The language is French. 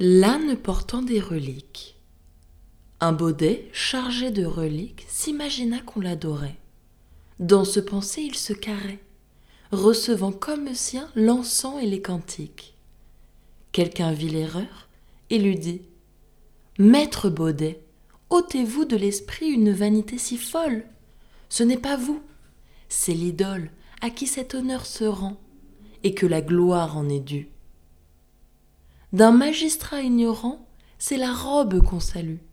L'âne portant des reliques. Un baudet chargé de reliques s'imagina qu'on l'adorait. Dans ce penser, il se carrait, recevant comme sien l'encens et les cantiques. Quelqu'un vit l'erreur et lui dit « Maître Baudet, ôtez-vous de l'esprit une vanité si folle? Ce n'est pas vous, c'est l'idole à qui cet honneur se rend et que la gloire en est due. D'un magistrat ignorant, c'est la robe qu'on salue,